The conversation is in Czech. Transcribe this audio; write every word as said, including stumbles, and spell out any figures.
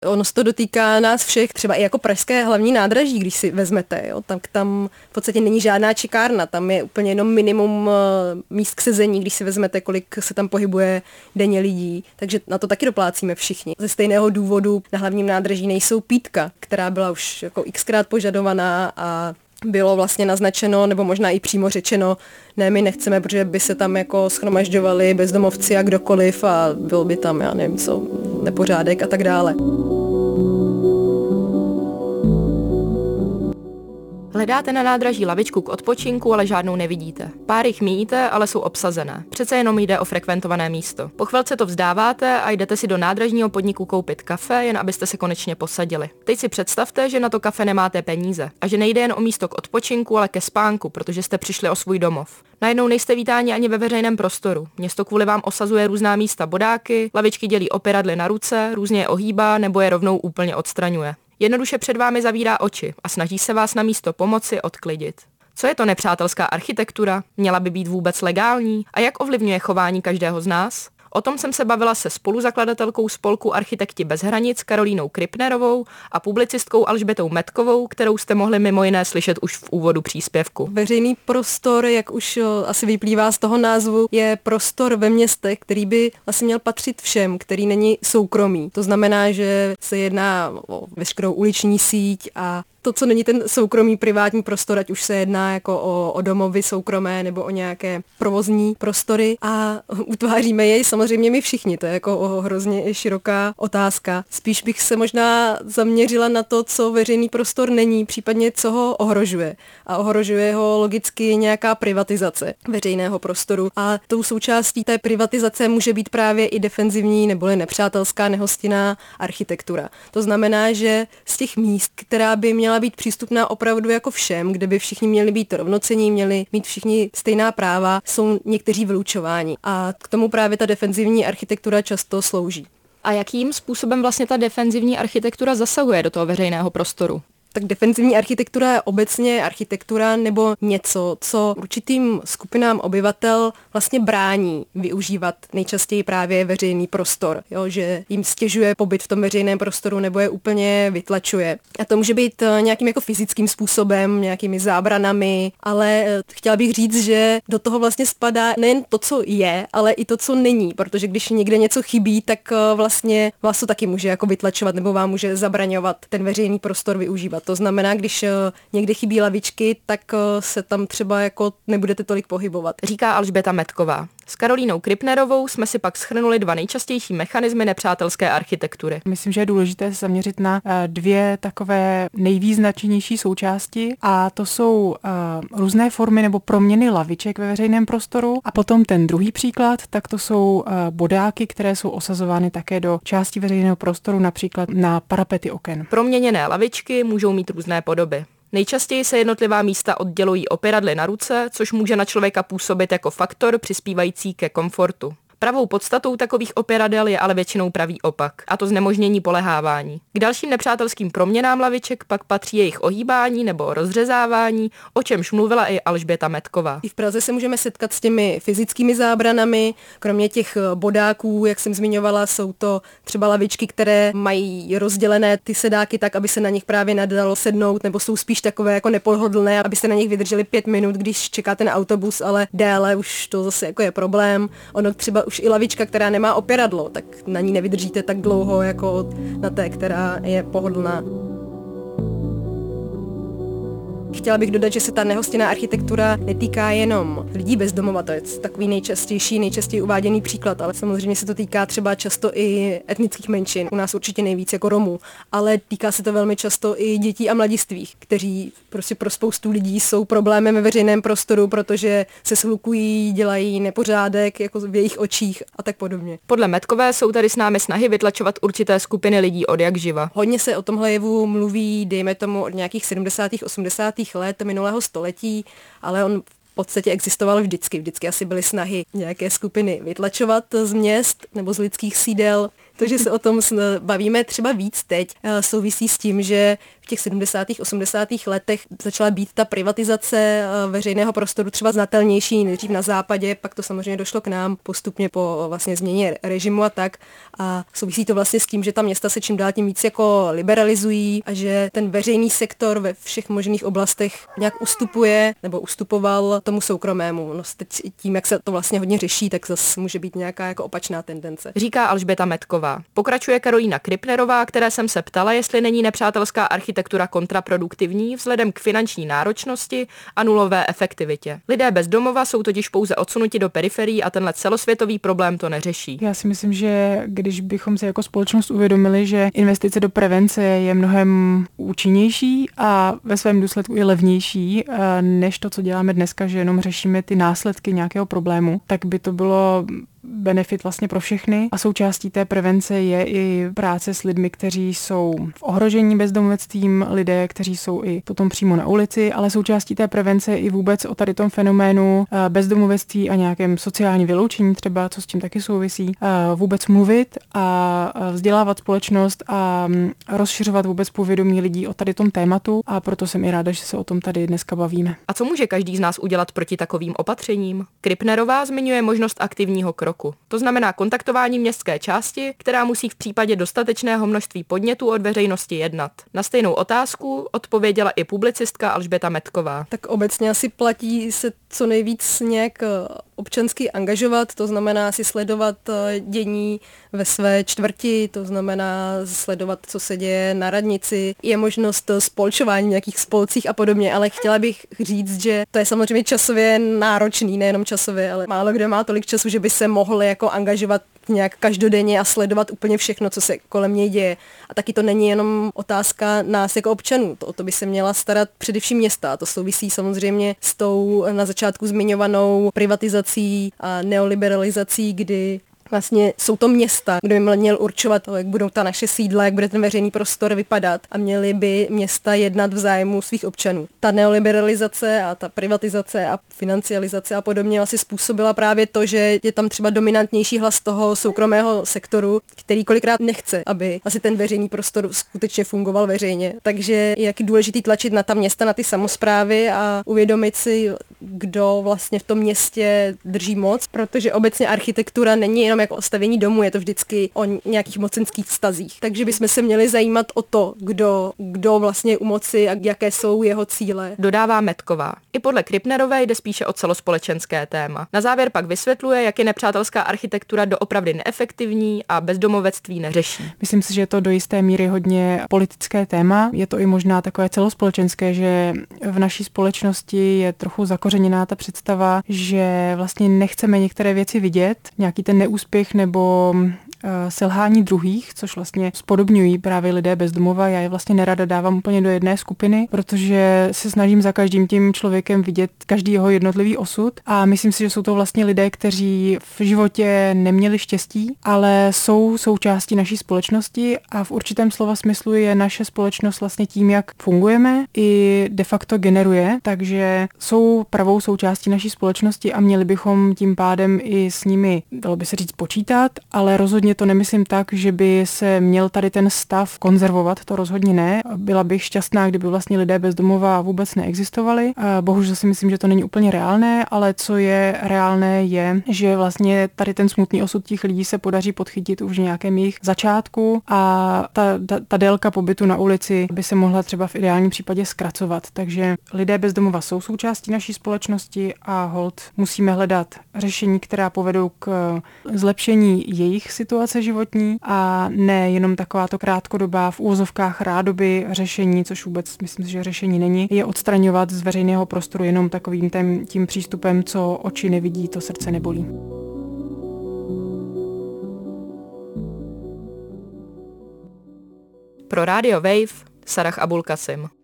Ono se to dotýká nás všech, třeba i jako pražské hlavní nádraží, když si vezmete, jo, tak tam v podstatě není žádná čekárna, tam je úplně jenom minimum míst k sezení, když si vezmete, kolik se tam pohybuje denně lidí, takže na to taky doplácíme všichni. Ze stejného důvodu na hlavním nádraží nejsou pítka, která byla už jako xkrát požadovaná a bylo vlastně naznačeno, nebo možná i přímo řečeno, ne, my nechceme, protože by se tam jako shromažďovali bezdomovci a kdokoliv a byl by tam, já nevím co, nepořádek a tak dále. Hledáte na nádraží lavičku k odpočinku, ale žádnou nevidíte. Pár jich míjíte, ale jsou obsazené. Přece jenom jde o frekventované místo. Po chvilce to vzdáváte a jdete si do nádražního podniku koupit kafe, jen abyste se konečně posadili. Teď si představte, že na to kafe nemáte peníze a že nejde jen o místo k odpočinku, ale ke spánku, protože jste přišli o svůj domov. Najednou nejste vítáni ani ve veřejném prostoru. Město kvůli vám osazuje různá místa bodáky, lavičky dělí opěradly na ruce, různě je ohýbá nebo je rovnou úplně odstraňuje. Jednoduše před vámi zavírá oči a snaží se vás na místo pomoci odklidit. Co je to nepřátelská architektura? Měla by být vůbec legální? A jak ovlivňuje chování každého z nás? O tom jsem se bavila se spoluzakladatelkou spolku Architekti bez hranic Karolínou Krippnerovou a publicistkou Alžbětou Metkovou, kterou jste mohli mimo jiné slyšet už v úvodu příspěvku. Veřejný prostor, jak už asi vyplývá z toho názvu, je prostor ve městech, který by asi měl patřit všem, který není soukromý. To znamená, že se jedná o veškerou uliční síť a to, co není ten soukromý privátní prostor, ať už se jedná jako o, o domovy soukromé nebo o nějaké provozní prostory a utváříme jej samozřejmě my všichni. To je jako o hrozně široká otázka. Spíš bych se možná zaměřila na to, co veřejný prostor není, případně co ho ohrožuje. A ohrožuje ho logicky nějaká privatizace veřejného prostoru. A tou součástí té privatizace může být právě i defenzivní neboli nepřátelská nehostinná architektura. To znamená, že z těch míst, která by měla být přístupná opravdu jako všem, kde by všichni měli být rovnocenní, měli mít všichni stejná práva, jsou někteří vylučováni. A k tomu právě ta defenzivní architektura často slouží. A jakým způsobem vlastně ta defenzivní architektura zasahuje do toho veřejného prostoru? Tak defenzivní architektura je obecně architektura nebo něco, co určitým skupinám obyvatel vlastně brání využívat nejčastěji právě veřejný prostor, jo, že jim stěžuje pobyt v tom veřejném prostoru nebo je úplně vytlačuje. A to může být nějakým jako fyzickým způsobem, nějakými zábranami, ale chtěla bych říct, že do toho vlastně spadá nejen to, co je, ale i to, co není, protože když někde něco chybí, tak vlastně vás to taky může jako vytlačovat nebo vám může zabraňovat ten veřejný prostor využívat. To znamená, když někde chybí lavičky, tak se tam třeba jako nebudete tolik pohybovat. Říká Alžběta Metková. S Karolínou Krippnerovou jsme si pak shrnuli dva nejčastější mechanismy nepřátelské architektury. Myslím, že je důležité se zaměřit na dvě takové nejvýznačnější součásti a to jsou uh, různé formy nebo proměny laviček ve veřejném prostoru a potom ten druhý příklad, tak to jsou uh, bodáky, které jsou osazovány také do části veřejného prostoru, například na parapety oken. Proměněné lavičky můžou mít různé podoby. Nejčastěji se jednotlivá místa oddělují opěradly na ruce, což může na člověka působit jako faktor přispívající ke komfortu. Pravou podstatou takových opěradel je ale většinou pravý opak, a to znemožnění polehávání. K dalším nepřátelským proměnám laviček pak patří jejich ohýbání nebo rozřezávání, o čemž mluvila i Alžběta Metková. I v Praze se můžeme setkat s těmi fyzickými zábranami, kromě těch bodáků, jak jsem zmiňovala, jsou to třeba lavičky, které mají rozdělené ty sedáky tak, aby se na nich právě nedalo sednout, nebo jsou spíš takové jako nepohodlné, aby se na nich vydrželi pět minut, když čekáte na autobus, ale déle už to zase jako je problém. Ono třeba už i lavička, která nemá opěradlo, tak na ní nevydržíte tak dlouho jako na té, která je pohodlná. Chtěla bych dodat, že se ta nehostinná architektura netýká jenom lidí bez domova, to je takový nejčastější, nejčastěji uváděný příklad, ale samozřejmě se to týká třeba často i etnických menšin, u nás určitě nejvíc jako Romů, ale týká se to velmi často i dětí a mladistvých, kteří prostě pro spoustu lidí jsou problémem ve veřejném prostoru, protože se shlukují, dělají nepořádek jako v jejich očích a tak podobně. Podle Metkové jsou tady s námi snahy vytlačovat určité skupiny lidí od jak živa. Hodně se o tomhle jevu mluví, dejme tomu, od nějakých sedmdesátých osmdesátých let minulého století, ale on v podstatě existoval vždycky. Vždycky asi byly snahy nějaké skupiny vytlačovat z měst nebo z lidských sídel. To, že se o tom bavíme třeba víc teď, souvisí s tím, že v těch sedmdesátých osmdesátých letech začala být ta privatizace veřejného prostoru třeba znatelnější, nejdřív na západě, pak to samozřejmě došlo k nám postupně po vlastně změně režimu a tak. A souvisí to vlastně s tím, že ta města se čím dál tím víc jako liberalizují a že ten veřejný sektor ve všech možných oblastech nějak ustupuje nebo ustupoval tomu soukromému. No teď tím, jak se to vlastně hodně řeší, tak zase může být nějaká jako opačná tendence. Říká Alžběta Metková. Pokračuje Karolína Krippnerová, které jsem se ptala, jestli není nepřátelská architektura kontraproduktivní vzhledem k finanční náročnosti a nulové efektivitě. Lidé bez domova jsou totiž pouze odsunuti do periferií a tenhle celosvětový problém to neřeší. Já si myslím, že když bychom si jako společnost uvědomili, že investice do prevence je mnohem účinnější a ve svém důsledku i levnější, než to, co děláme dneska, že jenom řešíme ty následky nějakého problému, tak by to bylo benefit vlastně pro všechny a součástí té prevence je i práce s lidmi, kteří jsou v ohrožení bezdomovectvím, lidé, kteří jsou i potom přímo na ulici, ale součástí té prevence je i vůbec o tady tom fenoménu bezdomovectví a nějakém sociální vyloučení třeba, co s tím taky souvisí, vůbec mluvit a vzdělávat společnost a rozšiřovat vůbec povědomí lidí o tady tom tématu a proto jsem i ráda, že se o tom tady dneska bavíme. A co může každý z nás udělat proti takovým opatřením? Krippnerová zmiňuje možnost aktivního kroku. To znamená kontaktování městské části, která musí v případě dostatečného množství podnětů od veřejnosti jednat. Na stejnou otázku odpověděla i publicistka Alžběta Metková. Tak obecně asi platí se co nejvíc nějak občansky angažovat, to znamená si sledovat dění ve své čtvrti, to znamená sledovat, co se děje na radnici. Je možnost spolčování v nějakých spolcích a podobně, ale chtěla bych říct, že to je samozřejmě časově náročný, nejenom časově, ale málo kdo má tolik času, že by se mohl jako angažovat nějak každodenně a sledovat úplně všechno, co se kolem něj děje. A taky to není jenom otázka nás jako občanů, to, o to by se měla starat především města. To souvisí samozřejmě s tou na začátku zmiňovanou privatizací a neoliberalizací, kdy vlastně jsou to města, kdo by měl určovat, jak budou ta naše sídla, jak bude ten veřejný prostor vypadat a měly by města jednat v zájmu svých občanů. Ta neoliberalizace a ta privatizace a financializace a podobně vlastně způsobila právě to, že je tam třeba dominantnější hlas toho soukromého sektoru, který kolikrát nechce, aby asi ten veřejný prostor skutečně fungoval veřejně. Takže je jaký důležitý tlačit na ta města, na ty samosprávy a uvědomit si, kdo vlastně v tom městě drží moc, protože obecně architektura není jenom jako o stavění domu, je to vždycky o nějakých mocenských vztazích. Takže bychom se měli zajímat o to, kdo, kdo vlastně je u moci a jaké jsou jeho cíle. Dodává Metková. I podle Krippnerové jde spíše o celospolečenské téma. Na závěr pak vysvětluje, jak je nepřátelská architektura doopravdy neefektivní a bezdomovectví neřeší. Myslím si, že je to do jisté míry hodně politické téma. Je to i možná takové celospolečenské, že v naší společnosti je trochu zakořeněná ta představa, že vlastně nechceme některé věci vidět, nějaký ten neúspěch nebo selhání druhých, což vlastně spodobňují právě lidé bez domova. Já je vlastně nerada dávám úplně do jedné skupiny, protože se snažím za každým tím člověkem vidět každý jeho jednotlivý osud a myslím si, že jsou to vlastně lidé, kteří v životě neměli štěstí, ale jsou součástí naší společnosti a v určitém slova smyslu je naše společnost vlastně tím, jak fungujeme, i de facto generuje, takže jsou pravou součástí naší společnosti a měli bychom tím pádem i s nimi, dalo by se říct, počítat, ale rozhodně to nemyslím tak, že by se měl tady ten stav konzervovat, to rozhodně ne. Byla bych šťastná, kdyby vlastně lidé bez domova vůbec neexistovali. Bohužel si myslím, že to není úplně reálné, ale co je reálné je, že vlastně tady ten smutný osud těch lidí se podaří podchytit už v nějakém jejich začátku a ta, ta, ta délka pobytu na ulici by se mohla třeba v ideálním případě zkracovat. Takže lidé bez domova jsou součástí naší společnosti a hold musíme hledat řešení, která povedou k zlepšení jejich situace životní a ne jenom takováto krátkodobá v úvozovkách rádoby řešení, což vůbec myslím si, že řešení není, je odstraňovat z veřejného prostoru jenom takovým tím, tím přístupem, co oči nevidí, to srdce nebolí. Pro Radio Wave Sarah Abulkasim.